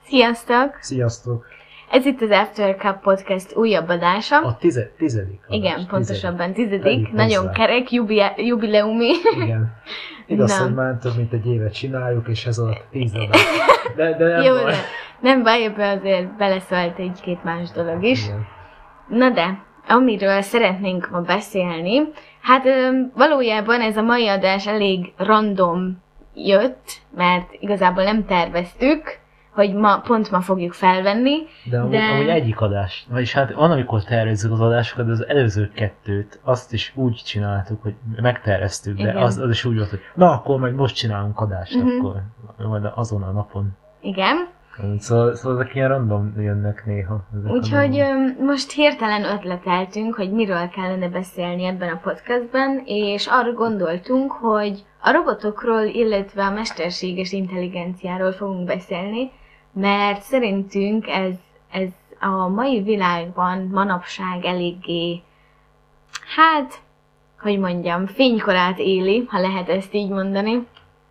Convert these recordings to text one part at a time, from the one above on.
Sziasztok! Sziasztok! Ez itt az After Cup Podcast újabb adása. A tizedik. Igen, pontosabban tizedik. Nagyon kerek, jubileumi. Igen. Igaz, hogy már több mint egy évet csináljuk, és ez alatt 10 adás. De nem jó, baj. Nem baj, ebbe azért beleszólt egy-két más dolog is. Igen. Na de, amiről szeretnénk ma beszélni, hát valójában ez a mai adás elég random jött, mert igazából nem terveztük, hogy pont ma fogjuk felvenni. De amúgy egyik adás, vagyis hát van, amikor tervezzük az adásokat, de az előző kettőt, azt is úgy csináltuk, hogy megterveztük, de az is úgy volt, hogy na akkor majd most csinálunk adást, akkor majd azon a napon. Igen. Szóval ezek ilyen random jönnek néha. Úgyhogy most hirtelen ötleteltünk, hogy miről kellene beszélni ebben a podcastben, és arra gondoltunk, hogy a robotokról, illetve a mesterséges intelligenciáról fogunk beszélni, mert szerintünk ez a mai világban manapság eléggé, hát, hogy mondjam, fénykorát éli, ha lehet ezt így mondani.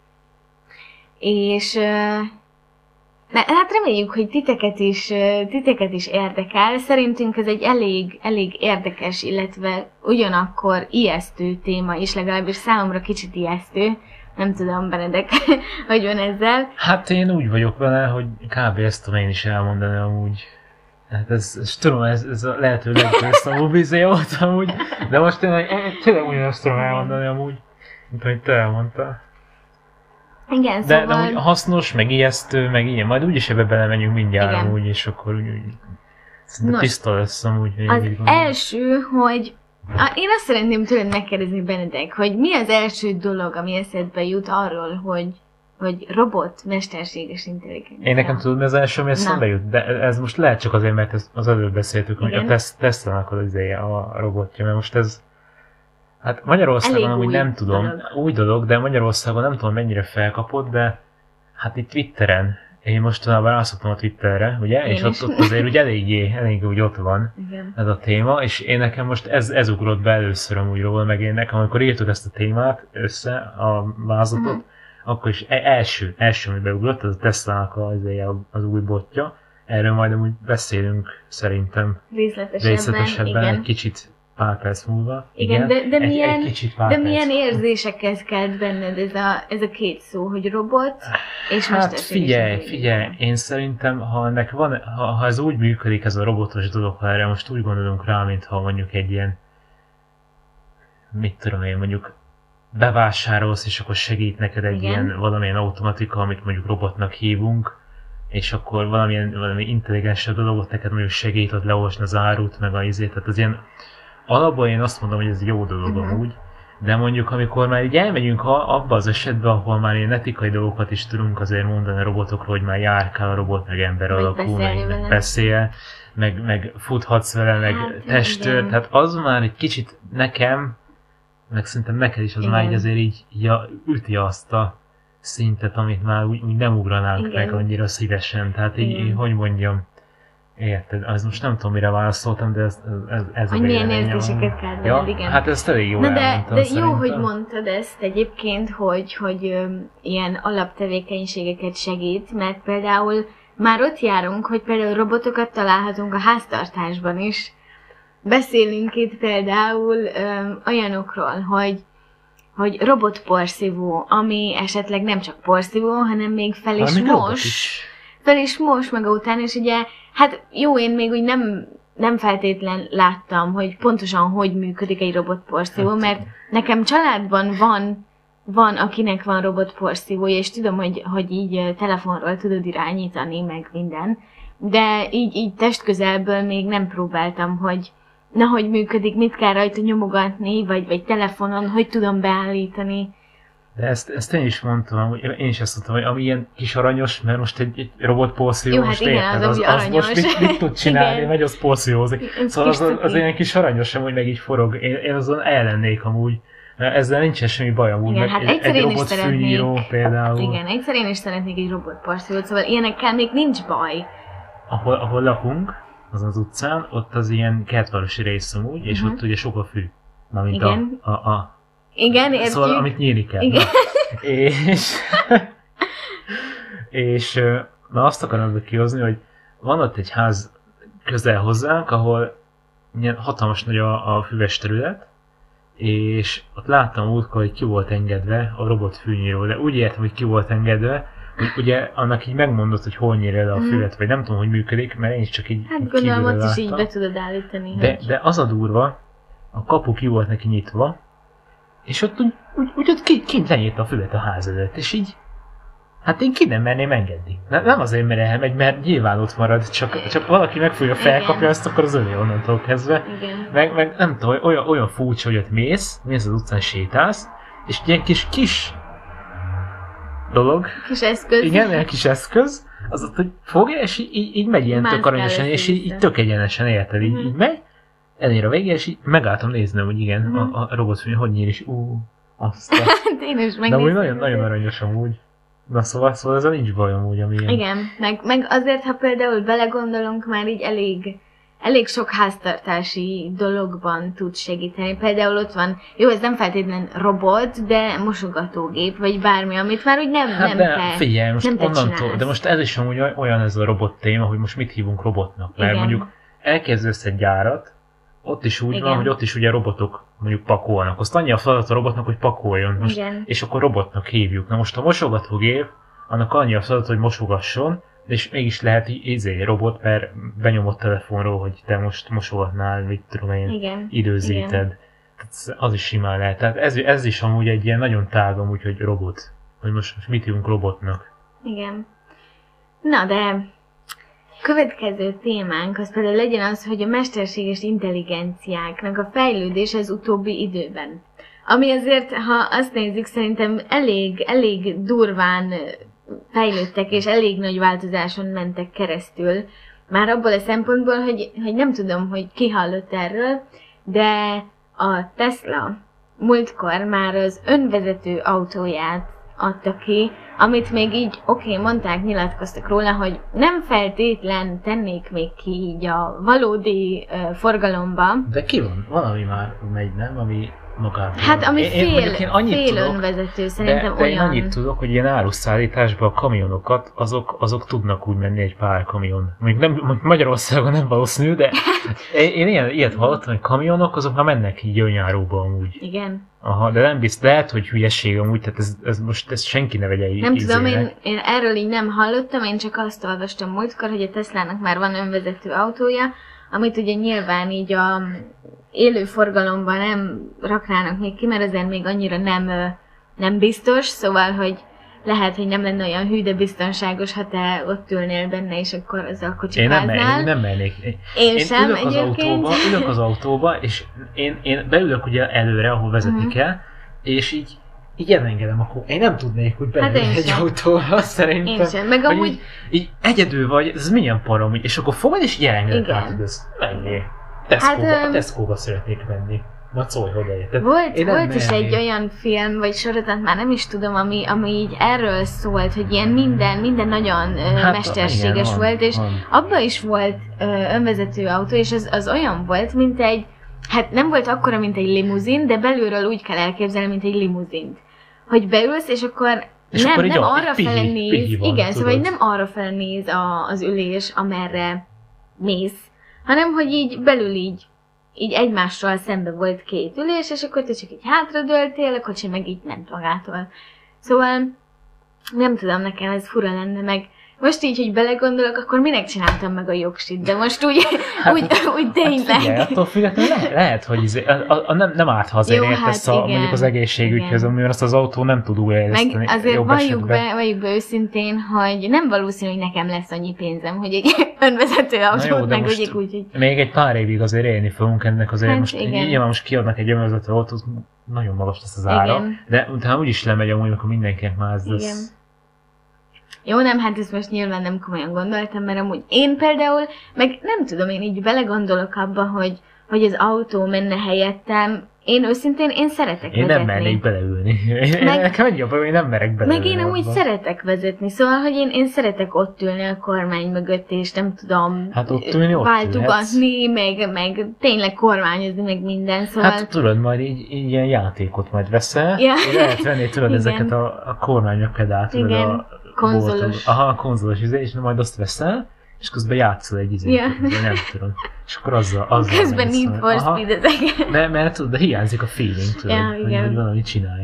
És hát reméljük, hogy titeket is érdekel. Szerintünk ez egy elég érdekes, illetve ugyanakkor ijesztő téma is, legalábbis számomra kicsit ijesztő. Nem tudom, Benedek, hogy van ezzel. Hát én úgy vagyok vele, hogy kb. Ezt tudom én is elmondani amúgy. Hát ez tudom, ez a lehető legbőszabúbb izé volt amúgy. De most én tényleg ugyanazt tudom elmondani amúgy, mint hogy te elmondtál. Igen, de, szóval... De úgy hasznos, meg ijesztő, meg ilyen. Majd úgyis ebbe belemegyünk mindjárt amúgy, és akkor úgy szerintem tiszta lesz amúgy. Az első, hogy én azt szeretném tőled megkérdezni, Benedek, hogy mi az első dolog, ami eszedbe jut arról, hogy robot, mesterséges intelligencia. Én nekem tudod, mi az első, ami eszembe jut? De ez most lehet csak azért, mert az előbb beszéltük, hogy a Tesla-nak az ideje a robotja, mert most ez... Hát Magyarországon amúgy nem tudom, új dolog, de Magyarországon nem tudom mennyire felkapott, de hát itt Twitteren, én mostanában rászoktam a Twitterre, ugye? És ott azért úgy eléggé úgy ott van ez a téma, és én nekem most ez ugrott be először amúgy róla, meg én nekem, amikor írtuk ezt a témát össze, a vázatot, akkor is első, ami beugrott, az a Tesla-nak az új botja. Erről majd amúgy beszélünk szerintem részletesebben egy kicsit pár perc múlva. Igen, de milyen érzésekhez kelt benned ez a két szó, hogy robot és mesterséges intelligencia? Figyelj, én szerintem, ha ez úgy működik, ez a robotos dolog, ha erre most úgy gondolunk rá, mintha mondjuk egy ilyen, mit tudom én, mondjuk bevásárolsz, és akkor segít neked egy ilyen valamilyen automatika, amit mondjuk robotnak hívunk, és akkor valami intelligensebb dolgot neked mondjuk segít, hogy leolvasni az árut, meg a izét, tehát az ilyen alapban én azt mondom, hogy ez jó dolog amúgy, de mondjuk amikor már így elmegyünk abba az esetben, ahol már ilyen etikai dolgokat is tudunk azért mondani a robotokról, hogy már járkál a robot, meg ember alakul, meg beszél, meg futhatsz vele, meg testőr, tehát az már egy kicsit nekem, meg szerintem neked is az már így azért így üti azt a szintet, amit már úgy nem ugranánk meg annyira szívesen, tehát így, hogy mondjam, érted? Az most nem tudom, mire válaszoltam, de ez hogy milyen érzéseket kell veled, igen. Hát ezt elég jól elmondtam. De jó, hogy mondtad ezt egyébként, hogy ilyen alaptevékenységeket segít, mert például már ott járunk, hogy például robotokat találhatunk a háztartásban is. Beszélünk itt például olyanokról, hogy robotporszívó, ami esetleg nem csak porszívó, hanem még fel is mos maga után, és ugye, hát jó, én még úgy nem feltétlen láttam, hogy pontosan hogy működik egy robotporszívó, mert nekem családban van, akinek van robotporszívója, és tudom, hogy így telefonról tudod irányítani, meg minden, de így testközelből még nem próbáltam, hogy hogy működik, mit kell rajta nyomogatni, vagy telefonon, hogy tudom beállítani. De ezt én is mondtam, én is ezt mondtam, hogy ami ilyen kis aranyos, mert most egy robotporszívó, most hát igen, érted, az most mit tud csinálni, megy az porszívózik. Szóval az ilyen kis aranyos sem, hogy meg így forog. Én azon ellennék amúgy. Ezzel nincsen semmi baj amúgy, igen, hát egy robotfűnyíró például. Igen, egyszer én is szeretnék egy robotporszívót, szóval ilyenekkel még nincs baj. Ahol lakunk, azon az utcán, ott az ilyen kertvárosi rész amúgy, és ott ugye sok a fű. Mint igen, értjük. Szóval amit nyílni kell. Igen. És Na azt akarom kihozni, hogy van ott egy ház közel hozzánk, ahol ilyen hatalmas nagy a füves terület, és ott láttam múltkor, hogy ki volt engedve a robot fűnyíró, de úgy értem, hogy ki volt engedve, hogy ugye annak így megmondott, hogy hol nyírja le a füvet, vagy nem tudom, hogy működik, mert én is csak így hát gondolom, ott is így be tudod állítani. De az a durva, a kapu ki volt neki nyitva, és ott úgy ott kint lenyírta a füvet a ház előtt, és így hát én ki nem merném engedni. Nem azért, mert elmegy, mert nyilván ott marad, csak valaki meg fogja felkapja azt, akkor az övé onnantól kezdve. Meg nem tudom, olyan furcsa, hogy ott mész az utcán sétálsz, és ilyen kis dolog. Kis eszköz. Igen, ilyen kis eszköz, az ott, hogy fogja, és így megy ilyen tök aranyosan, és így tök egyenesen érted, így megy, elér a végén, és így megálltam nézni, hogy igen, a robotfűnyíró hogy nyír, és azt a... Én is megnéztem. De úgy nagyon aranyos amúgy. Na szóval ezzel nincs bajom úgy, ami ilyen. Igen, meg azért, ha például belegondolunk, már így elég sok háztartási dologban tud segíteni. Például ott van, jó, ez nem feltétlenül robot, de mosogatógép, vagy bármi, amit már úgy nem de figyelj, most onnantól, de most ez is amúgy olyan ez a robot téma, hogy most mit hívunk robotnak. Mert mondjuk elkezdesz egy gyárat, ott is úgy van, hogy ott is ugye robotok mondjuk pakolnak. Azt annyi a feladat a robotnak, hogy pakoljon. Most, és akkor robotnak hívjuk. Na most a mosogatógép, annak annyi a feladat, hogy mosogasson, és mégis lehet így robot, mert benyomott telefonról, hogy te most mosogatnál, mit tudom én, időzíted. Tehát az is simán lehet. Tehát ez is amúgy egy ilyen nagyon tág amúgy, hogy robot. Hogy most mit hívunk robotnak. Igen. Na de... Következő témánk az például legyen az, hogy a mesterséges intelligenciáknak a fejlődés az utóbbi időben. Ami azért, ha azt nézzük, szerintem elég durván fejlődtek, és elég nagy változáson mentek keresztül. Már abból a szempontból, hogy nem tudom, hogy ki hallott erről, de a Tesla múltkor már az önvezető autóját adta ki, amit még így, mondták, nyilatkoztak róla, hogy nem feltétlen tennék még ki így a valódi forgalomba. De ki van? Valami már megy, nem? Ami magában. Hát ami fél önvezető, szerintem de olyan. Én annyit tudok, hogy ilyen áruszállításban a kamionokat, azok tudnak úgy menni egy pár kamion. Mondjuk Magyarországon nem valószínű, de én ilyet hallottam, hogy kamionok, azok már mennek így önjáróba amúgy. Igen. Aha, de nem biztos, lehet, hogy hülyeség amúgy, tehát ez senki ne vegye így. Nem tudom, én erről így nem hallottam, én csak azt olvastam múltkor, hogy a Teslának már van önvezető autója, amit ugye nyilván így a élő forgalomban nem raknának még ki, mert azért még annyira nem biztos, szóval, hogy lehet, hogy nem lenne olyan hű, de biztonságos, ha te ott ülnél benne, és akkor azzal kocsikáznál. Én nem mernék. Én sem egyébként. Ülök az autóba, és én beülök ugye előre, ahol vezetni kell, és így elengedem, akkor én nem tudnék úgy beülni egy autóba, szerintem. Én sem, meg amúgy... Így egyedül vagy, ez milyen parom, és akkor fogod, és így elengeded, hát ez menjél. Tesco-ba szeretnék menni. Na szólj, hogy eljötted. Volt is egy olyan film, vagy sorozat, már nem is tudom, ami így erről szólt, hogy ilyen minden nagyon mesterséges volt, és abban is volt önvezető autó, és az olyan volt, mint egy, hát nem volt akkora, mint egy limuzin, de belülről úgy kell elképzelni, mint egy limuzint. Hogy beülsz, és akkor nem arra fele néz, igen, szóval nem arra fele néz az ülés, amerre mész, hanem hogy így belül így egymással szembe volt két ülés, és akkor te csak így hátradőltél, a kocsi meg így ment magától. Szóval nem tudom, nekem ez fura lenne, meg most így, hogy belegondolok, akkor minek csináltam meg a jogsit, de most úgy tényleg. Hát figyelj, attól függetlenül lehet, hogy nem árt, ha azért értesz mondjuk az egészségügyhöz, amivel azt az autó nem tud újraéleszteni. Meg azért valljuk be őszintén, hogy nem valószínű, hogy nekem lesz annyi pénzem, hogy egy önvezető autót megvegyek úgy, hogy... Még egy pár évig azért élni fogunk ennek, azért hát most nyilván most kiadnak egy önvezető autót, nagyon magas lesz az ára, de utána úgyis lemegy amúgy, amikor mindenkinek más lesz. Jó, nem, hát ezt most nyilván nem komolyan gondoltam, mert amúgy én például, meg nem tudom, én így belegondolok abba, hogy az autó menne helyettem. Én őszintén, szeretek vezetni. Én nem mernék beleülni. Nekem egy jobb, hogy én nem merek beleülni. Meg én amúgy szeretek vezetni, szóval, hogy én szeretek ott ülni a kormány mögött, és nem tudom váltogatni, meg tényleg kormányozni, meg minden, szóval... Hát tudod, majd így ilyen játékot majd veszel, lehet venni, tudod, ezeket a kormányok pedált, tudod, konzolos. Aha, konzolos izé, és majd azt veszel, és közben játszol egy izét, nem tudom. És akkor azzal közben Need for Speed ezek. Mert tudod, de hiányzik a feeling, tudod, hogy valamit csinálj.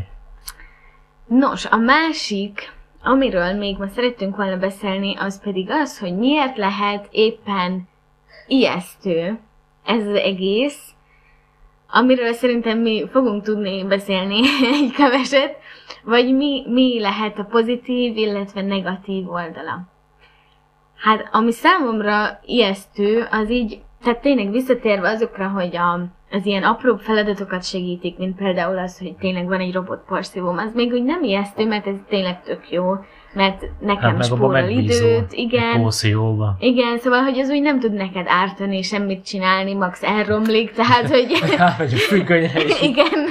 Nos, a másik, amiről még ma szerettünk volna beszélni, az pedig az, hogy miért lehet éppen ijesztő ez az egész, amiről szerintem mi fogunk tudni beszélni egy keveset, vagy mi lehet a pozitív, illetve negatív oldala. Hát, ami számomra ijesztő, az így, tehát tényleg visszatérve azokra, hogy az ilyen apróbb feladatokat segítik, mint például az, hogy tényleg van egy robotporszívóm, az még úgy nem ijesztő, mert ez tényleg tök jó, mert nekem hát spórol időt, igen. Igen, szóval, hogy az úgy nem tud neked ártani, semmit csinálni, max elromlik, tehát, hogy... Vagy a függönyre is. Igen.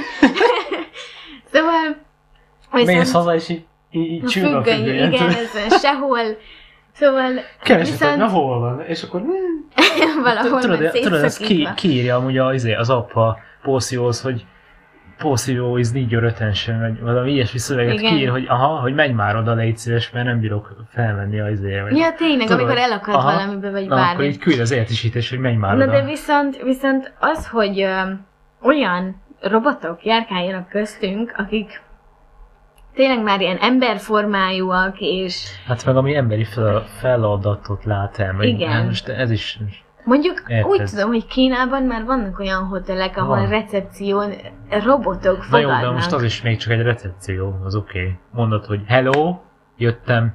Szóval... Mész haza, és így csűn a függöny. Igen, ez sehol. Szóval... Keresed, na hol van? És akkor... Valahol tudod, ezt kiírja amúgy az app a porszívóhoz, hogy porszívó is need your attention, vagy valami ilyesmi szöveget kiír, hogy hogy menj már oda, légy szíves, mert nem bírok felmenni az izére. Ja, tényleg, tudod, amikor elakad valamibe, vagy bármi. Akkor így küld az értesítés, hogy menj már oda. Na de viszont az, hogy olyan robotok járkáljanak köztünk, akik tényleg már ilyen emberformájúak, és... Hát meg ami emberi feladatot lát el, meg igen. Most ez is... Mondjuk úgy tudom, hogy Kínában már vannak olyan hotelek, ahol recepción robotok fogadnak. Na jó, de most az is még csak egy recepció, az oké. Mondod, hogy hello, jöttem,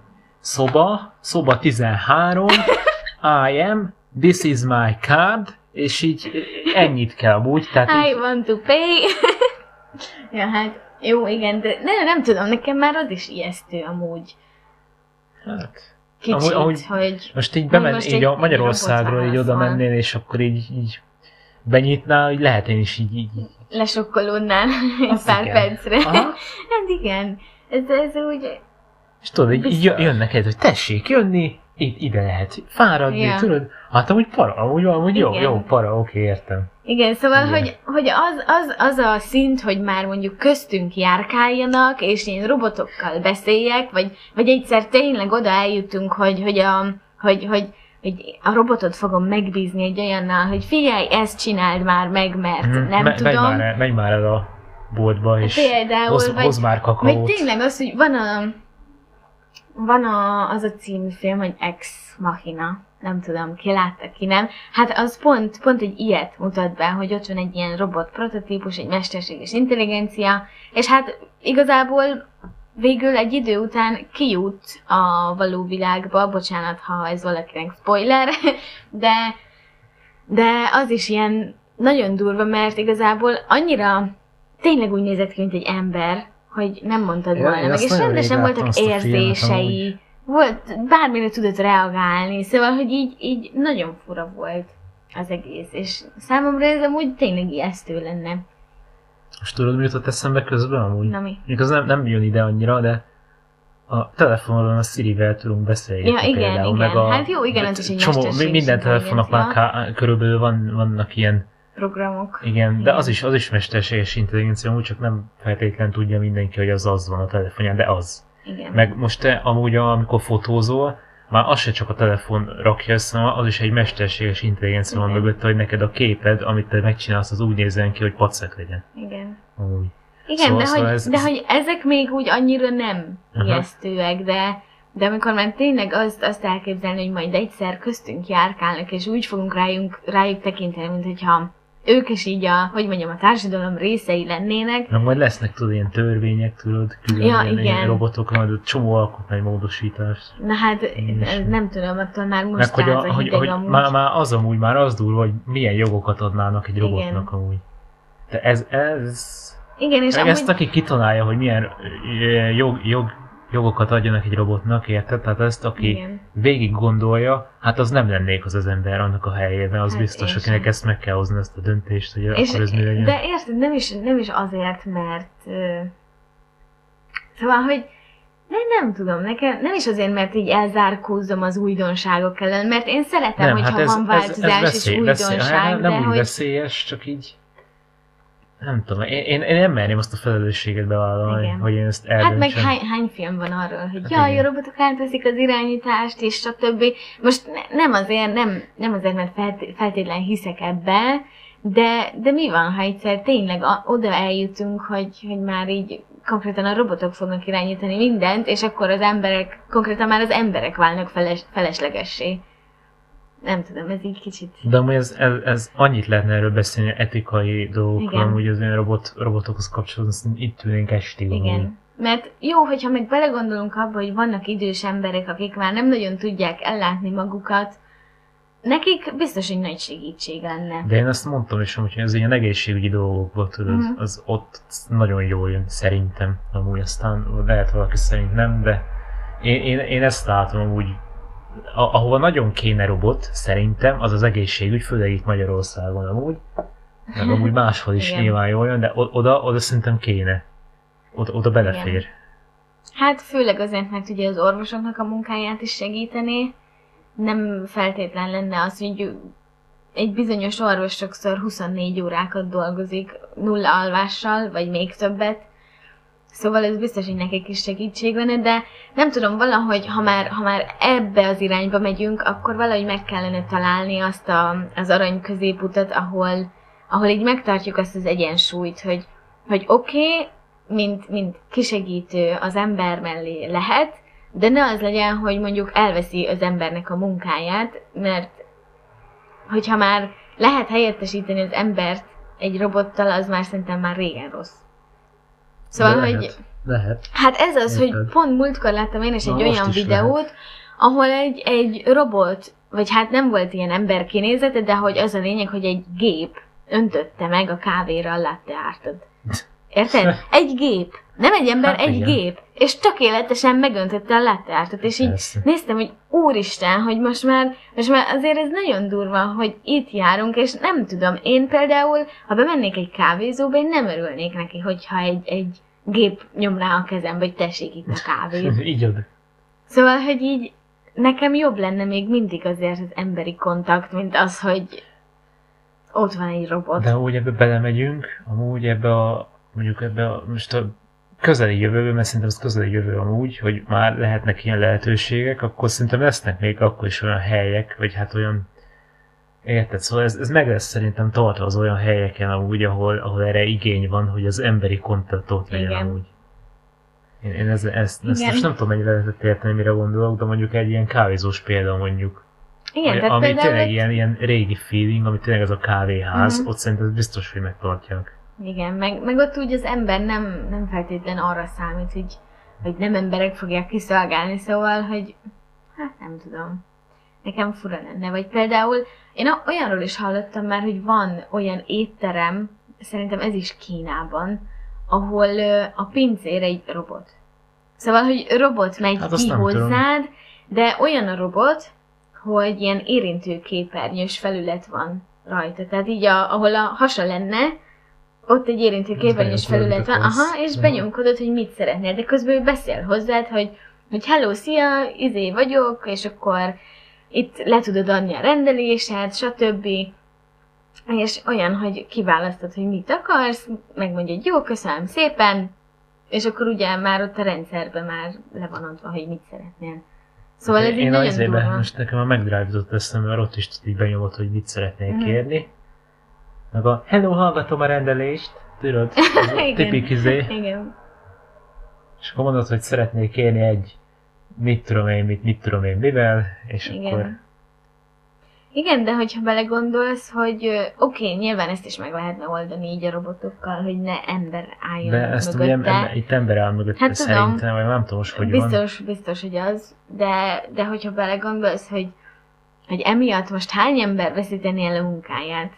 szoba 13, I am, this is my card, és így ennyit kell amúgy. Tehát I want to pay. Ja, hát jó, igen, de nem tudom, nekem már az is ijesztő amúgy. Hát... Kicsit, hogy... Most így így a Magyarországról így oda mennél, és akkor így benyitnál, hogy lehet én is így... Lesokkolódnál egy pár percre. Hát igen, ez úgy... És tudod, így jön neked, hogy tessék jönni, ide lehet fáradni, tudod? Hát amúgy jó, para, oké, értem. Igen, szóval, igen. Hogy az a szint, hogy már mondjuk köztünk járkáljanak, és én robotokkal beszéljek, vagy egyszer tényleg oda eljutunk, hogy a robotot fogom megbízni egy olyannal, hogy figyelj, ezt csináld már meg, mert nem tudom. Menj már el a boltba, és hozz már kakaót. Vagy tényleg az, hogy van az a című film, hogy Ex Machina. Nem tudom, ki látta, ki nem. Hát az pont egy ilyet mutat be, hogy ott van egy ilyen robot prototípus, egy mesterséges intelligencia, és hát igazából végül egy idő után kijut a való világba, bocsánat, ha ez valakinek spoiler, de az is ilyen nagyon durva, mert igazából annyira tényleg úgy nézett ki, mint egy ember, hogy nem mondtad volna meg, és rendesen voltak érzései, bármire tudott reagálni, szóval, hogy így nagyon fura volt az egész, és számomra ez amúgy tényleg ijesztő lenne. Most tudod, mi jutott eszembe közben amúgy? Na mi? Még az nem jön ide annyira, de a telefonon a Siri-vel tudunk beszélni. Ja, igen, például, igen. Meg hát jó, igen, az is egy mesterséges. Minden telefonnak már körülbelül vannak ilyen programok. Igen, de az is mesterséges intelligencia, úgy csak nem feltétlenül tudja mindenki, hogy az van a telefonján, de az. Igen. Meg most te amúgy, amikor fotózol, már az se csak a telefon rakja össze, az is egy mesterséges intelligencia van mögötte, hogy neked a képed, amit te megcsinálsz, az úgy nézzen ki, hogy pacek legyen. Igen. Amúgy. Igen, szóval hogy ezek még úgy annyira nem ijesztőek, de amikor már tényleg azt elképzelni, hogy majd egyszer köztünk járkálnak, és úgy fogunk rájuk tekinteni, mint hogyha ők is így a társadalom részei lennének. Na, majd lesznek, tudod, ilyen törvények, tudod, külön ilyen robotok, majd csomó alkotmánymódosítás. Na hát, nem tudom, attól már most hogy amúgy. Már az durva, hogy milyen jogokat adnának egy robotnak amúgy. De ez... Igen, és amúgy... Ezt aki kitalálja, hogy milyen jogokat adjanak egy robotnak, érted? Tehát ezt, aki végig gondolja, hát az nem lennék az ember annak a helyében, az hát biztos, akinek ezt meg kell hozni, ezt a döntést, hogy akkor ez mi legyen. De érted, nem is azért, mert... Szóval, hogy nem tudom, nekem nem is azért, mert így elzárkózzam az újdonságok ellen, mert én szeretem, hogyha van változás és újdonság, nem úgy veszélyes, csak így... nem tudom, én nem merném azt a felelősséget bevállalni, Igen. hogy én ezt Hát meg eldöntsem. hány film van arról, hogy Hát jaj, igen. a robotok átveszik az irányítást, és stb. Most nem azért, mert feltétlen hiszek ebbe, de mi van, ha egyszer tényleg oda eljutunk, hogy már így konkrétan a robotok fognak irányítani mindent, és akkor az emberek, konkrétan már az emberek válnak feleslegessé. Nem tudom, ez így kicsit... De amúgy ez annyit lehetne erről beszélni, etikai dolgokról, Igen. amúgy az olyan robotokhoz kapcsolatban, itt ülnénk estig. amúgy. Igen. Mert jó, hogyha meg belegondolunk abba, hogy vannak idős emberek, akik már nem nagyon tudják ellátni magukat, nekik biztos, hogy nagy segítség lenne. De én azt mondtam is, hogy ez ilyen egészségügyi dolgokból, tudod, az ott nagyon jól jön, szerintem. Amúgy aztán lehet valaki szerint nem, de én ezt látom amúgy. Ahova nagyon kéne robot, szerintem, az az egészségügy, főleg itt Magyarországon amúgy. Meg amúgy máshol is Igen. nyilván jól jön, de oda szerintem kéne. Oda belefér. Igen. Hát főleg azért, mert ugye az orvosoknak a munkáját is segítené. Nem feltétlen lenne az, hogy egy bizonyos orvos sokszor 24 órákat dolgozik nulla alvással, vagy még többet. Szóval ez biztos, hogy nekik is segítség lenne, de nem tudom, valahogy, ha már ebbe az irányba megyünk, akkor valahogy meg kellene találni azt az arany középutat, ahol így megtartjuk azt az egyensúlyt, hogy oké, mint kisegítő az ember mellé lehet, de ne az legyen, hogy mondjuk elveszi az embernek a munkáját, mert hogyha már lehet helyettesíteni az embert egy robottal, az már szerintem már régen rossz. Szóval, Lehet. Hát ez az, Érted. hogy pont múltkor láttam én is egy Na, most olyan is videót, ahol egy robot, vagy hát nem volt ilyen ember kinézete, de hogy az a lényeg, hogy egy gép öntötte meg a kávéra a latte artot. Érted? Egy gép. Nem egy ember, Hát egy igen. gép. És tökéletesen megöntötte a latte artot. És így Persze. néztem, hogy úristen, hogy most már azért ez nagyon durva, hogy itt járunk, és nem tudom, én például, ha bemennék egy kávézóba, én nem örülnék neki, hogyha egy gép nyom rá a kezembe, hogy tessék itt a kávét. Így ad. Szóval, hogy így nekem jobb lenne még mindig azért az emberi kontakt, mint az, hogy ott van egy robot. De úgy ebbe belemegyünk, amúgy mondjuk ebbe most a közeli jövőben, mert szerintem ez közeli jövő amúgy, hogy már lehetnek ilyen lehetőségek, akkor szerintem lesznek még akkor is olyan helyek, vagy hát olyan, érted? Szóval ez meg lesz szerintem tartva az olyan helyeken amúgy, ahol erre igény van, hogy az emberi kontakt ott legyen Igen. amúgy. Én ezt Igen. most nem tudom, mennyire lehetett érteni, mire gondolok, de mondjuk egy ilyen kávézós példa mondjuk. Igen, tehát Ami például... tényleg ilyen régi feeling, ami tényleg ez a kávéház, ott szerintem biztos, hogy megtartják. Igen, meg ott úgy az ember nem feltétlen arra számít, hogy nem emberek fogják kiszolgálni, szóval, hogy hát nem tudom. Nekem fura lenne. Vagy például én olyanról is hallottam már, hogy van olyan étterem, szerintem ez is Kínában, ahol a pincér egy robot. Szóval, hogy robot megy Hát ki azt nem hozzád, de olyan a robot, hogy ilyen érintőképernyős felület van rajta. Tehát így, ahol a hasa lenne, ott egy érintőképernyős felület van, és benyomkodod, hogy mit szeretnél, de közben ő beszél hozzád, hogy hello, szia, vagyok, és akkor itt le tudod adni a rendelésed, stb. És olyan, hogy kiválasztod, hogy mit akarsz, megmondja, hogy jó, köszönöm szépen, és akkor ugye már ott a rendszerben már le van adva, hogy mit szeretnél. Szóval ez így nagyon durva. Most nekem a megdrive-zott eszembe, mert ott is így benyomott, hogy mit szeretnél kérni. Meg a hello, hallgatom a rendelést, tudod, tipik izé. Igen. És akkor mondod, hogy szeretnél kérni egy mit tudom én mivel, és Igen. akkor... Igen, de hogyha belegondolsz, hogy oké, nyilván ezt is meg lehetne oldani így a robotokkal, hogy ne ember álljon De ezt mögötte. ugye itt ember áll mögötte Hát szerintem, tudom. vagy nem tudom most, hogy van. Biztos, hogy az, de hogyha belegondolsz, hogy emiatt most hány ember veszíteni el a munkáját?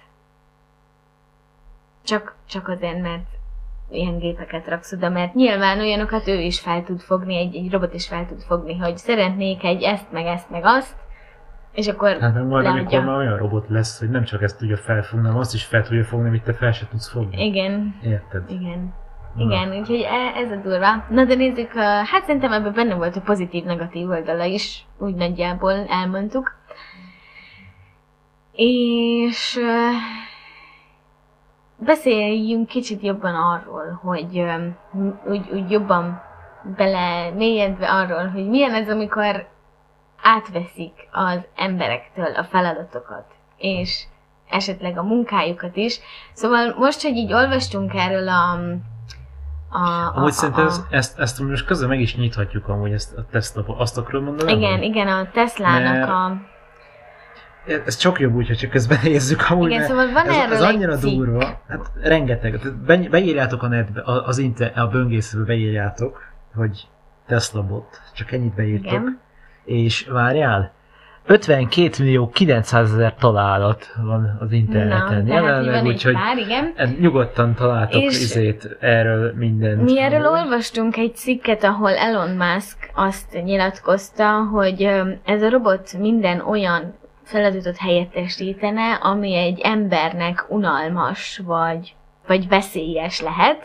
Csak azért, mert ilyen gépeket raksz oda, mert nyilván olyanokat ő is fel tud fogni, egy robot is fel tud fogni, hogy szeretnék egy ezt, meg azt, és akkor Hát majd leadja. amikor már olyan robot lesz, hogy nem csak ezt tudja felfogni, hanem azt is fel tudja fogni, amit te fel se tudsz fogni. Igen. Érted? Igen. Igen, úgyhogy ez a durva. Na de nézzük, hát szerintem ebben benne volt a pozitív-negatív oldala is, úgy nagyjából elmondtuk. És beszéljünk kicsit jobban arról, hogy úgy jobban belemélyedve arról, hogy milyen ez, amikor átveszik az emberektől a feladatokat, és esetleg a munkájukat is. Szóval most, hogy így olvastunk erről amúgy szerintem ezt most közben meg is nyithatjuk amúgy ezt a Tesla, azt akarod mondani? Igen, a Teslának Ez csak jobb úgy, hogy csak közben nézzük amúgy, igen, szóval van ez annyira cikk. durva, hát rengeteg, beírjátok a netbe, a böngészőbe beírjátok, hogy Tesla bot, csak ennyit beírtok, igen. És várjál, 52.900.000 találat van az interneten jelenleg, úgyhogy nyugodtan találtok erről mindent. Mi erről olvastunk egy cikket, ahol Elon Musk azt nyilatkozta, hogy ez a robot minden olyan feladatot helyettesítene, ami egy embernek unalmas vagy veszélyes lehet.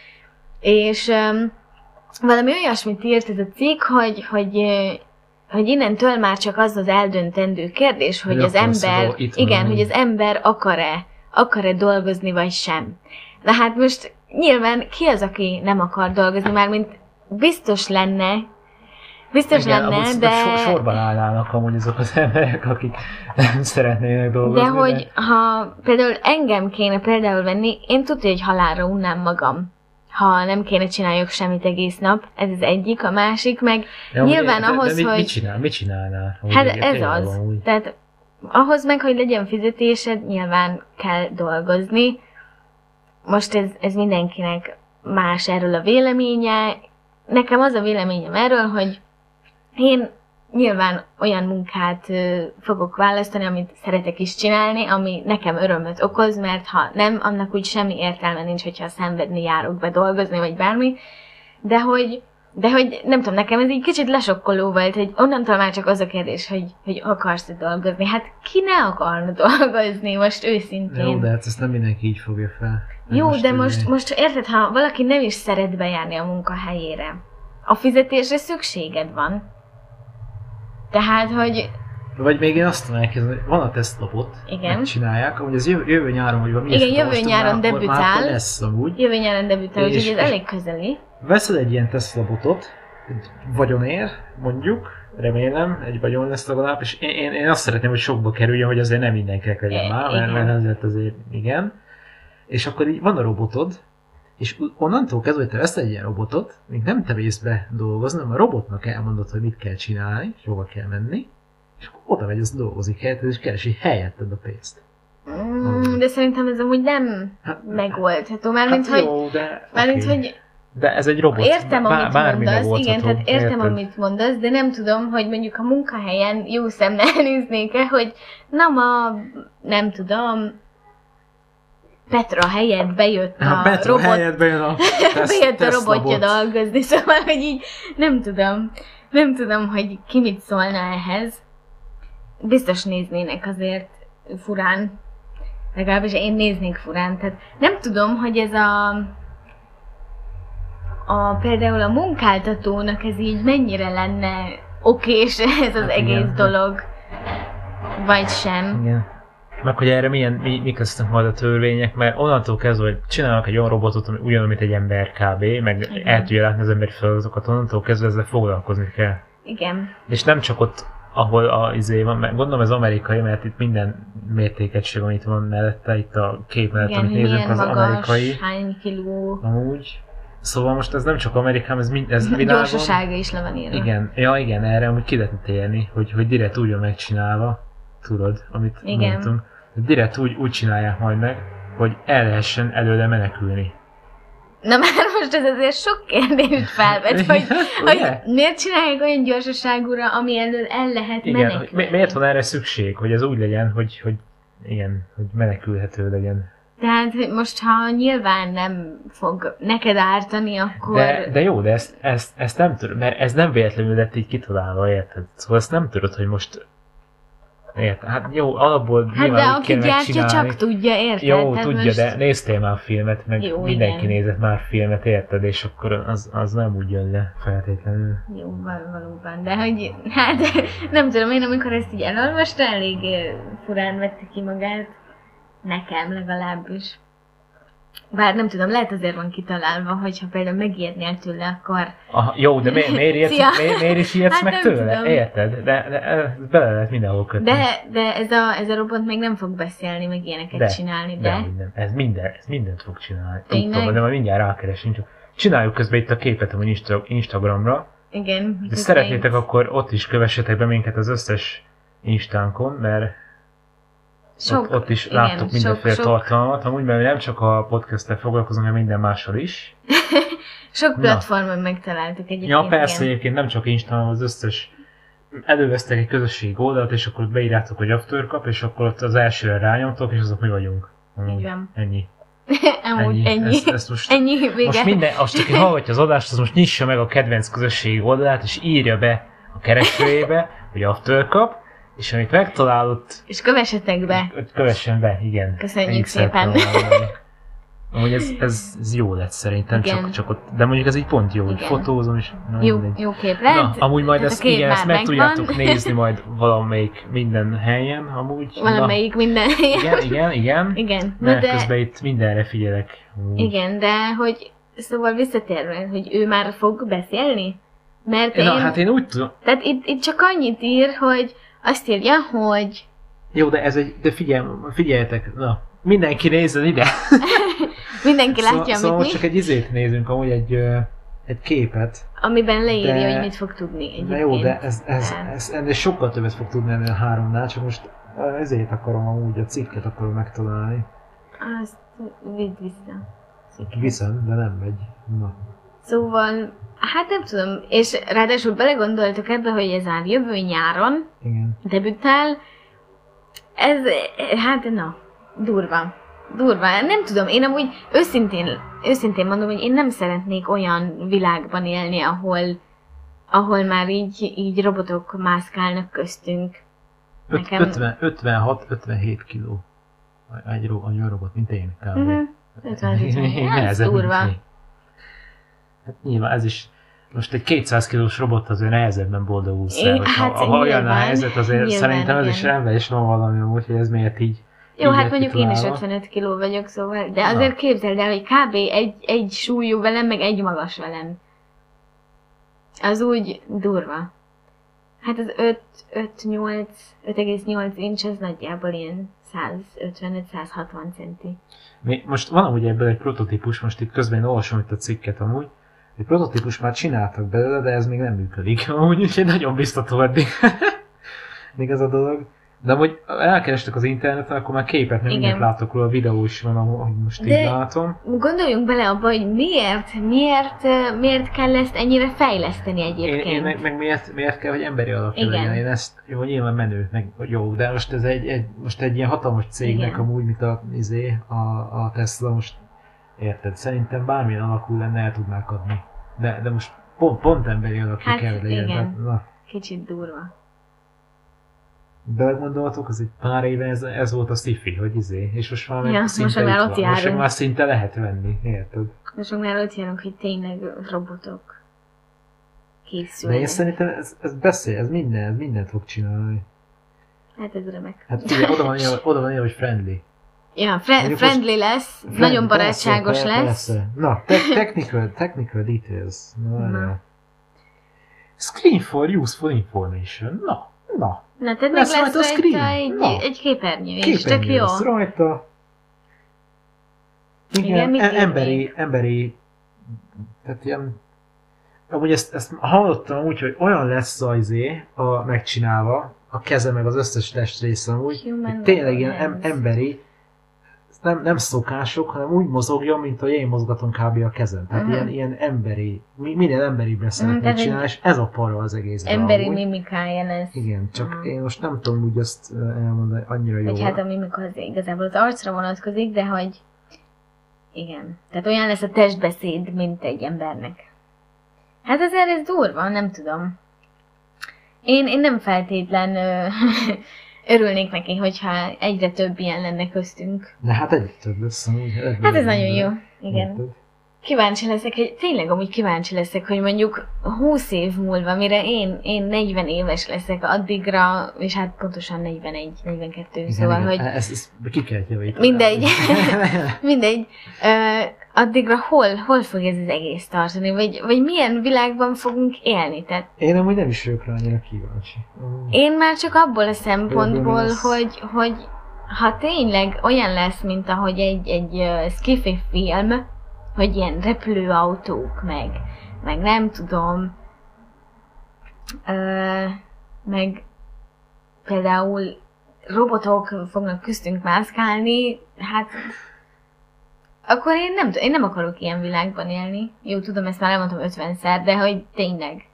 És valami olyasmit írt ez a cikk, hogy innentől már csak az az eldöntendő kérdés, hogy az ember, hogy az ember akar-e dolgozni, vagy sem. De hát most nyilván ki az, aki nem akar dolgozni, mármint biztos lenne, de... Sorban állnának amúgy azok az emberek, akik nem szeretnének dolgozni. De hogy ha például engem kéne például venni, én tudja, hogy halálra unnám magam, ha nem kéne csináljak semmit egész nap. Ez az egyik, a másik, meg ja, nyilván ahhoz, de hogy... Mit csinálnál? Hát ez az. Tehát ahhoz meg, hogy legyen fizetésed, nyilván kell dolgozni. Most ez mindenkinek más erről a véleménye. Nekem az a véleményem erről, hogy én nyilván olyan munkát fogok választani, amit szeretek is csinálni, ami nekem örömöt okoz, mert ha nem, annak úgy semmi értelme nincs, hogyha szenvedni járok be dolgozni, vagy bármi. De hogy nem tudom, nekem ez így kicsit lesokkoló volt, hogy onnantól már csak az a kérdés, hogy akarsz-e dolgozni. Hát ki ne akarna dolgozni, most őszintén. Jó, de hát ezt nem mindenki így fogja fel. Jó, de most érted, ha valaki nem is szeret bejárni a munkahelyére, a fizetésre szükséged van. Tehát, hogy... Vagy még én azt tudom elkezdeni, hogy van a Tesla bot, megcsinálják, amúgy ez jövő nyáron, vagy van, igen, jövő nyáron debütál. Már lesz amúgy. Jövő nyáron debütál, úgyhogy ez elég közeli. Veszed egy ilyen Tesla botot, egy vagyonér, mondjuk, remélem, egy vagyon lesz legalább, és én azt szeretném, hogy sokba kerüljön, hogy azért nem mindenkinek legyen már, mert azért igen. És akkor így van a robotod, és onnantól kezdve, hogy te veszed egy ilyen robotot, még nem te vész be dolgozni, hanem a robotnak elmondod, hogy mit kell csinálni, és hova kell menni, és akkor oda megy, az dolgozik helyetted, és keresi helyetted a pénzt. De szerintem ez amúgy nem megoldható, mármint hogy... De ez egy robot, értem, amit mondasz, igen, tehát értem, amit mondasz, de nem tudom, hogy mondjuk a munkahelyen jó szemmel néznék-e, hogy nem tudom, Petra helyett bejött a robot. Bejött a robotja dolgozni, szóval, hogy így nem tudom, hogy ki mit szólna ehhez. Biztos néznének azért furán, legalábbis én néznék furán, tehát nem tudom, hogy ez például a munkáltatónak ez így mennyire lenne okés ez az egész dolog, vagy sem. Igen. Meg hogy erre mik lesznek majd a törvények, mert onnantól kezdve, hogy csinálnak egy olyan robotot, ami ugyanúgy, mint egy ember kb., meg el tudja látni az emberi feladatokat, onnantól kezdve ezzel foglalkozni kell. Igen. És nem csak ott, ahol van, mert gondolom ez amerikai, mert itt minden mértékegység, amit van mellette, itt a kép mellett, amit nézünk, az magas, amerikai. Hány kiló. Amúgy. Szóval most ez nem csak Amerikán, ez világon. Gyorsasága is le van írva. Igen, erre amúgy ki lehetne térni, hogy direkt úgy van megcsinálva, tudod, amit mondtunk. Direkt úgy csinálják majd meg, hogy el lehessen előle menekülni. Na már most ez azért sok kérdést felvet, hogy miért csinálják olyan gyorsaságúra, ami elől el lehet menekülni. Miért van erre szükség, hogy ez úgy legyen, hogy menekülhető legyen. Tehát most, ha nyilván nem fog neked ártani, akkor... De jó, de ezt nem tudod, mert ez nem véletlenül lett így kitalálva, érted? Szóval ezt nem tudod, hogy most... Érted? Hát jó, alapból de aki gyártja, csak tudja, érted? Jó, tehát tudja, most... de néztél már filmet, meg jó, mindenki nézett már filmet, érted? És akkor az nem úgy jön le feltétlenül. Jó, valóban, de hogy... Hát nem tudom, én amikor ezt így elolvasta, elég furán vette ki magát. Nekem legalábbis. Bár nem tudom, lehet azért van kitalálva, hogyha például megijednél tőle, akkor... Aha, jó, de miért is ijedsz Hát meg nem tőle? tudom. Érted? De bele lehet mindenhol kötni. De ez a robot még nem fog beszélni, meg ilyeneket csinálni, de... Ez mindent fog csinálni. Tényleg? Tudtam, de majd mindjárt rákeresünk. Csak csináljuk közben itt a képet a Instagramra. Igen. De szeretnétek, akkor ott is kövessetek be minket az összes Instánkon, mert ott is láttok mindenféle tartalmat. Amúgy, mert nem csak a podcasttel foglalkozunk, hanem minden mással is. Sok platformon megtaláltuk egyébként. Ja, persze, igen. egyébként nem csak Instán, hanem az összes... Elővesztek egy közösségi oldalt, és akkor ott beírjátok, hogy Aftercup, és akkor ott az elsőre rányomtok, és azok mi vagyunk. Így van. Ennyi. Amúgy ennyi. Ezt most, Ennyi vége. most aki hallgatja az adást, az most nyissa meg a kedvenc közösségi oldalát, és írja be a keresőjébe, hogy Aftercup, és amit megtalálott... És kövessetek be. Kövessen be, igen. Köszönjük szépen. Amúgy ez jó lett szerintem, Igen. csak ott, de mondjuk ez így pont jó, hogy Igen. fotózom is. Jó kép lett. Na, amúgy majd Tehát ezt, a kép igen, már ezt meg megvan. tudjátok nézni majd valamelyik minden helyen, amúgy. Valamelyik minden helyen. Igen. Igen. Na Mert de, közben itt mindenre figyelek. igen, de hogy szóval visszatérve, hogy ő már fog beszélni? Mert Hát én úgy tudom. Tehát itt csak annyit ír, hogy azt írja, hogy Jó, de de figyeljetek, na, mindenki nézzen ide. mindenki látja, Szóval amit most mi, csak egy izét nézünk, amúgy egy képet. amiben leírja, de- hogy mit fog tudni egyébként. De jó, de ez ennél sokkal többet fog tudni ennél a 3-nál, csak most ezért akarom amúgy, a cikket akarom megtalálni. Azt vidd vissza. Viszont, de nem megy. Na. Szóval, hát nem tudom, és ráadásul belegondoltok ebbe, hogy ez már jövő nyáron Igen. debütál. Ez, hát na, durva. Durva. Nem tudom, én amúgy őszintén mondom, hogy én nem szeretnék olyan világban élni, ahol már így robotok mászkálnak köztünk. Nekem- 56-57 kiló. Egy robot, mint én. Kb. Mhm. 50-50. Ez Nehezebb, mint durva. én. Hát nyilván ez is, most egy 200 kilós robot azért nehezebben boldogulsz el. Hát Ha olyan a nyilván, helyzet, azért nyilván, szerintem ez is igen. rendben is van valami, úgyhogy ez miért így. Jó, így hát lett mondjuk én is kitalálva. 55 kiló vagyok, szóval, de azért képzeld el, hogy kb. egy súlyú velem, meg egy magas velem. Az úgy durva. Hát az 5,8 inch, az nagyjából ilyen 155-160 centi. Most van amúgy ebből egy prototípus, most itt közben én olvasom itt a cikket amúgy. Egy prototípus már csináltak belőle, de ez még nem működik. Amúgy úgyhogy nagyon biztató eddig. Még ez a dolog. De amúgy elkerestek az interneten, akkor már képet, nem Igen. mindent látok róla, a videó is van, ahogy most De- így látom. Gondoljunk bele abba, hogy miért kell ezt ennyire fejleszteni egyébként. Én meg miért kell, hogy emberi alapja Igen. legyen? Én ezt, jó, nyilván menő, meg jó, de most ez egy ilyen hatalmas cégnek Igen. amúgy, mint a Tesla, most érted? Szerintem bármilyen alakú lenne, el tudnák adni. De most pont emberi alapja Hát, kell, hogy legyen. igen. Tehát, na, Kicsit durva. belegondoltok, az egy pár éve ez volt a sci-fi, hogy és most már Ja, most már ott itt van. Most járunk. már szinte lehet venni, érted? Most már ott járunk, hogy tényleg robotok De készülnek. én szerintem ez beszél, ez mindent fog csinálni. Hát ez remek. Hát figyelj, oda van írva, hogy friendly. Ja, Mondjuk friendly lesz, nagyon barátságos lesz. Persze. Na, technical details. Na. Screen for useful information. Na. Na, tehát meg Lesz lesz rajta a screen. Na. egy képernyő, és tök Képernyő jó. lesz rajta. Igen, Igen, mit ír még? emberi, tehát ilyen, amúgy ezt hallottam úgy, hogy olyan lesz a megcsinálva, a keze meg az összes testrésze amúgy, Human hogy tényleg ilyen hands. emberi, nem szokások, hanem úgy mozogjon, mint hogy én mozgatom kb. A kezem. Tehát Aha. ilyen emberi, minél emberibbre szeretnék tehát egy csinálni, és ez a parva az egész. Emberi amúgy. mimikája lesz. Igen, csak Aha. én most nem tudom úgy azt elmondani annyira jól. Vagy hát a mimika az igazából az arcra vonatkozik, de hogy igen. Tehát olyan lesz a testbeszéd, mint egy embernek. Hát azért ez durva, nem tudom. Én nem feltétlen örülnék neki, hogyha egyre több ilyen lenne köztünk. De hát egyre több lesz amúgy. Hát ez nagyon jó. Igen. Érted? kíváncsi leszek, tényleg amúgy kíváncsi leszek, hogy mondjuk 20 év múlva, mire én 40 éves leszek addigra, és hát pontosan 41, 42, igen, szóval, igen. hogy... Ezt ki kell javítani. Mindegy. Addigra hol fog ez az egész tartani? Vagy milyen világban fogunk élni? Tehát én amúgy nem is vagyok rá annyira kíváncsi. Én már csak abból a szempontból, hogy ha tényleg olyan lesz, mint ahogy egy sci-fi film, hogy ilyen repülőautók, meg nem tudom, meg például robotok fognak köztünk mászkálni, hát akkor én nem akarok ilyen világban élni. Jó, tudom, ezt már elmondtam 50-szer, de hogy tényleg.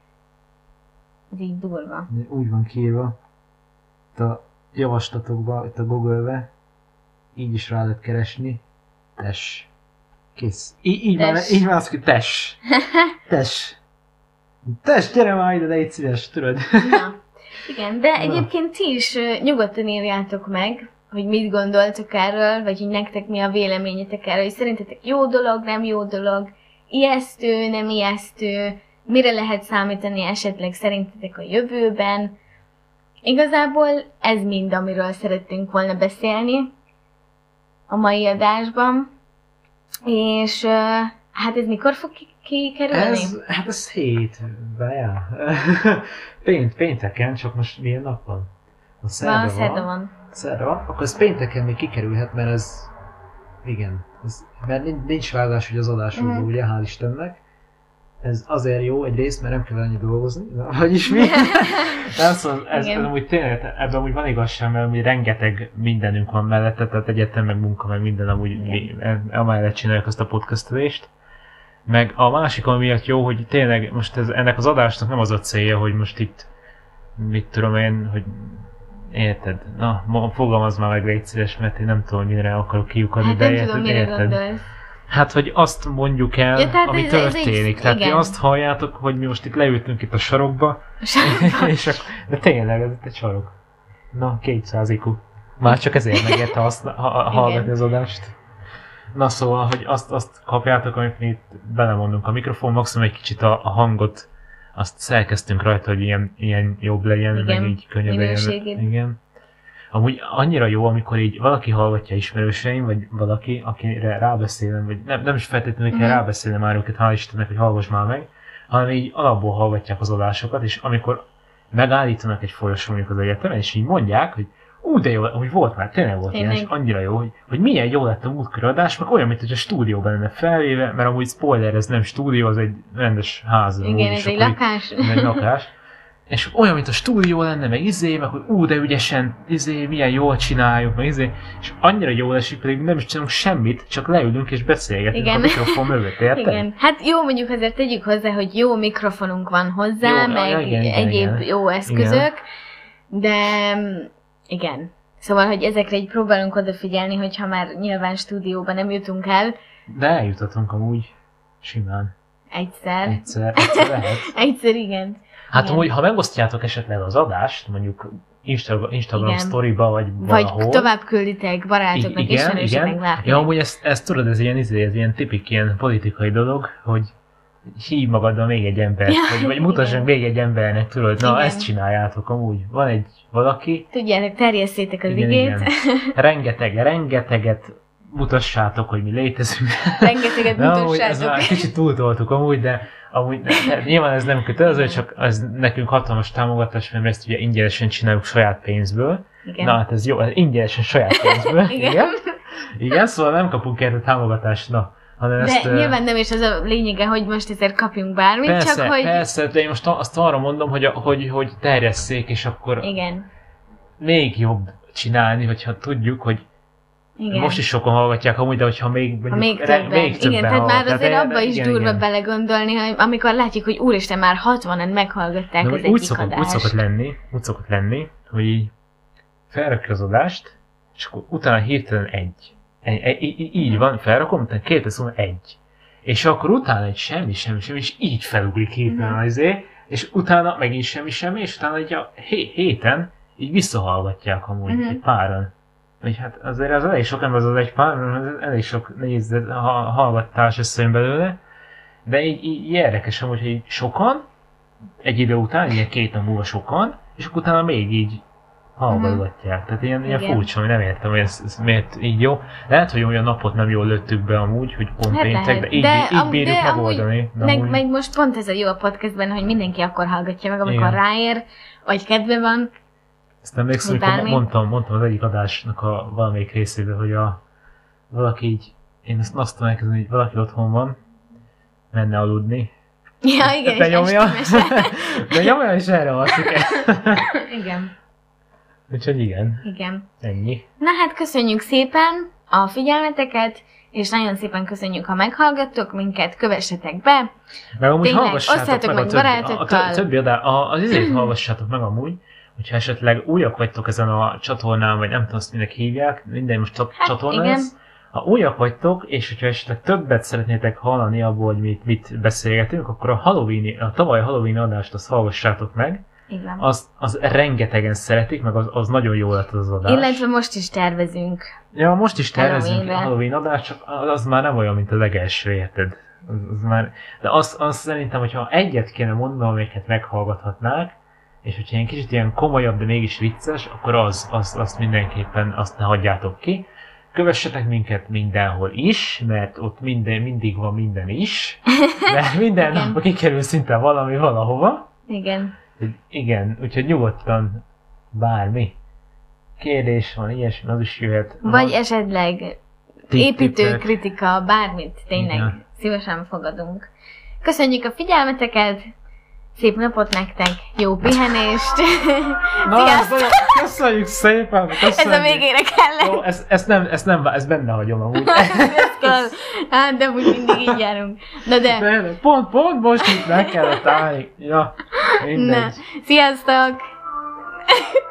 Ez így durva. Úgy van kiírva, itt a javaslatokban, itt a Google-be, így is rá lehet keresni. Tess. Kész. Így van az, hogy tess. Tess. Tess, gyere már ide, de légy szíves, tudod. Na, igen, de egyébként ti is nyugodtan írjátok meg, hogy mit gondoltok erről, vagy hogy nektek mi a véleményetek erről, hogy szerintetek jó dolog, nem jó dolog, ijesztő, nem ijesztő, mire lehet számítani esetleg szerintetek a jövőben. Igazából ez mind, amiről szerettünk volna beszélni a mai adásban. És hát ez mikor fog kikerülni? Ez hétben, ja. Pénteken, csak most milyen nap van? A szerda van. Szerda van. Akkor ez pénteken még kikerülhet, mert ez... Igen. Mert nincs vágás, hogy az adásokból, ugye, hál' Istennek. Ez azért jó egyrészt, mert nem kell annyi dolgozni, vagyis mi? Szóval ez amúgy tényleg, ebben amúgy van igazság, mert amúgy rengeteg mindenünk van mellette, tehát egyetem, meg munka, meg minden amúgy amellett csináljuk azt a podcastelést. Meg a másik, ami miatt jó, hogy tényleg most ennek az adásnak nem az a célja, hogy most itt, mit tudom én, hogy érted? Na, fogalmazd már meg, légy szíves, mert én nem tudom, hogy mire akarok kiukadni, hát de nem tudom, mire gondolsz. Hát, hogy azt mondjuk el, ja, ami történik. Ez tehát ti azt halljátok, hogy mi most itt leültünk itt a sarokba, de tényleg ez itt egy sarok. Na, 200 IQ. Már csak ezért megérte hallgatni az adást. Na szóval, hogy azt kapjátok, amit mi itt belemondunk a mikrofon, maximum egy kicsit a hangot, azt szerkeztünk rajta, hogy ilyen jobb legyen, meg így könnyebb legyen. Igen. Amúgy annyira jó, amikor így valaki hallgatja ismerőseim, vagy valaki, akire rábeszélem, vagy nem is feltétlenül kell rábeszélnem már őket, hál' Istennek, hogy hallgass már meg, hanem így alapból hallgatják az adásokat, és amikor megállítanak egy folyosón mondjuk az egyetemen, és így mondják, hogy de jó, hogy volt már, tényleg volt ilyen, és annyira jó, hogy milyen jó lett a múltkori adás, meg olyan, mint hogy a stúdióban lenne felvéve, mert amúgy spoiler, ez nem stúdió, az egy rendes ház. Igen, ez egy lakás. Egy lakás. És olyan, mint a stúdió lenne, meg meg hogy de ügyesen, milyen jól csináljuk, meg és annyira jól esik, pedig nem is csinálunk semmit, csak leülünk és beszélgetünk a mikrofon mögött, érted? Igen. Hát jó, mondjuk azért tegyük hozzá, hogy jó mikrofonunk van hozzá, jó, meg egyéb jó eszközök, de igen. Szóval, hogy ezekre így próbálunk odafigyelni, hogyha már nyilván stúdióban nem jutunk el. De eljutottunk amúgy simán. Egyszer lehet. Egyszer, igen. Hát amúgy, ha megosztjátok esetleg az adást, mondjuk Instagram sztoriba, vagy valahol. Vagy tovább külditek barátoknak, ismerősöknek látni. Ja, amúgy ezt tudod, ez ilyen tipik, ilyen politikai dolog, hogy hívj magaddal még egy embert, vagy mutassunk még egy embernek, tudod, na ezt csináljátok amúgy. Van egy valaki. Tudjátok, terjesszétek az igét. Rengeteget mutassátok, hogy mi létezünk. Rengeteget mutassátok. Ez már kicsit túltoltuk amúgy, de nyilván ez nem kötelező, csak ez nekünk hatalmas támogatás, mert ezt ugye ingyenesen csináljuk saját pénzből. Igen. Na hát ez jó, ingyenesen saját pénzből. Igen, szóval nem kapunk erre támogatást, hanem de nyilván nem is az a lényege, hogy most ezért kapjunk bármit, persze, csak hogy... Persze, de én most azt arra mondom, hogy terjesszék, és akkor még jobb csinálni, hogyha tudjuk, hogy igen. Most is sokan hallgatják amúgy, de hogyha még többen. Igen, tehát már azért abba is durva belegondolni, hogy amikor látjuk, hogy úristen, már 60-an meghallgatták az egyik adást. Úgy szokott lenni, hogy így felrakja az adást, és akkor utána hirtelen így van, felrakom, utána 2 perc múlva 1. És akkor utána egy semmi, és így felugrik hirtelen azért, és utána megint semmi, és utána egy a héten így visszahallgatják amúgy egy páran. Vagy hát azért az elég sok ember, az egy pár, elég sok hallgatás összejön belőle, De így érdekes amúgy, hogy sokan, egy idő után, ilyen 2 nap múlva sokan, és akkor utána még így hallgatják. Tehát ilyen furcsa, hogy nem értem, hogy ez miért így jó. Lehet, hogy olyan napot nem jól lőttük be amúgy, hogy pont péntek, de így bírjuk megoldani. Meg most pont ez a jó a podcastben, hogy mindenki akkor hallgatja meg, amikor ráér, vagy kedve van. Ezt emlékszem, hogy mondtam az egyik adásnak a valamelyik részében, hogy valaki így, én azt tudom elkezdeni, hogy valaki otthon van, menne aludni. Ja, igen, de nyomja, és erre alszik. Igen. Úgyhogy igen. Igen. Ennyi. Na hát köszönjük szépen a figyelmeteket, és nagyon szépen köszönjük, ha meghallgattok minket, kövessetek be. Meg amúgy hallgassátok meg barátokkal. A többi az izét hallgassátok meg amúgy, hogyha esetleg újak vagytok ezen a csatornán, vagy nem tudom, azt minek hívják, minden most csatorna ez. Ha újak vagytok, és hogyha esetleg többet szeretnétek hallani abból, hogy mit beszélgetünk, akkor a tavaly Halloween adást azt hallgassátok meg. Igen. Az rengetegen szeretik, meg az nagyon jó lett az adás. Illetve most is tervezünk. Ja, most is tervezünk Halloween adást, csak az már nem olyan, mint a legelső, érted? De azt szerintem, hogyha egyet kéne mondanom, amiket meghallgathatnák, és hogyha egy kicsit ilyen komolyabb, de mégis vicces, akkor azt mindenképpen azt ne hagyjátok ki. Kövessetek minket mindenhol is, mert ott mindig van minden is, mert minden nap kikerül szinte valami valahova. Igen. Igen, úgyhogy nyugodtan bármi kérdés van, ilyesmi, az is jöhet. Vagy esetleg építő kritika, bármit, tényleg igen. Szívesen fogadunk. Köszönjük a figyelmeteket, szép napot nektek, jó pihenést! Sziasztok! Köszönjük szépen! Köszönjük. Ez a végére kellett. Jó, ezt benne hagyom amúgy. Hát, de úgy mindig így járunk. De. Pont most itt meg kellett állni. Ja, mindegy. Na, sziasztok!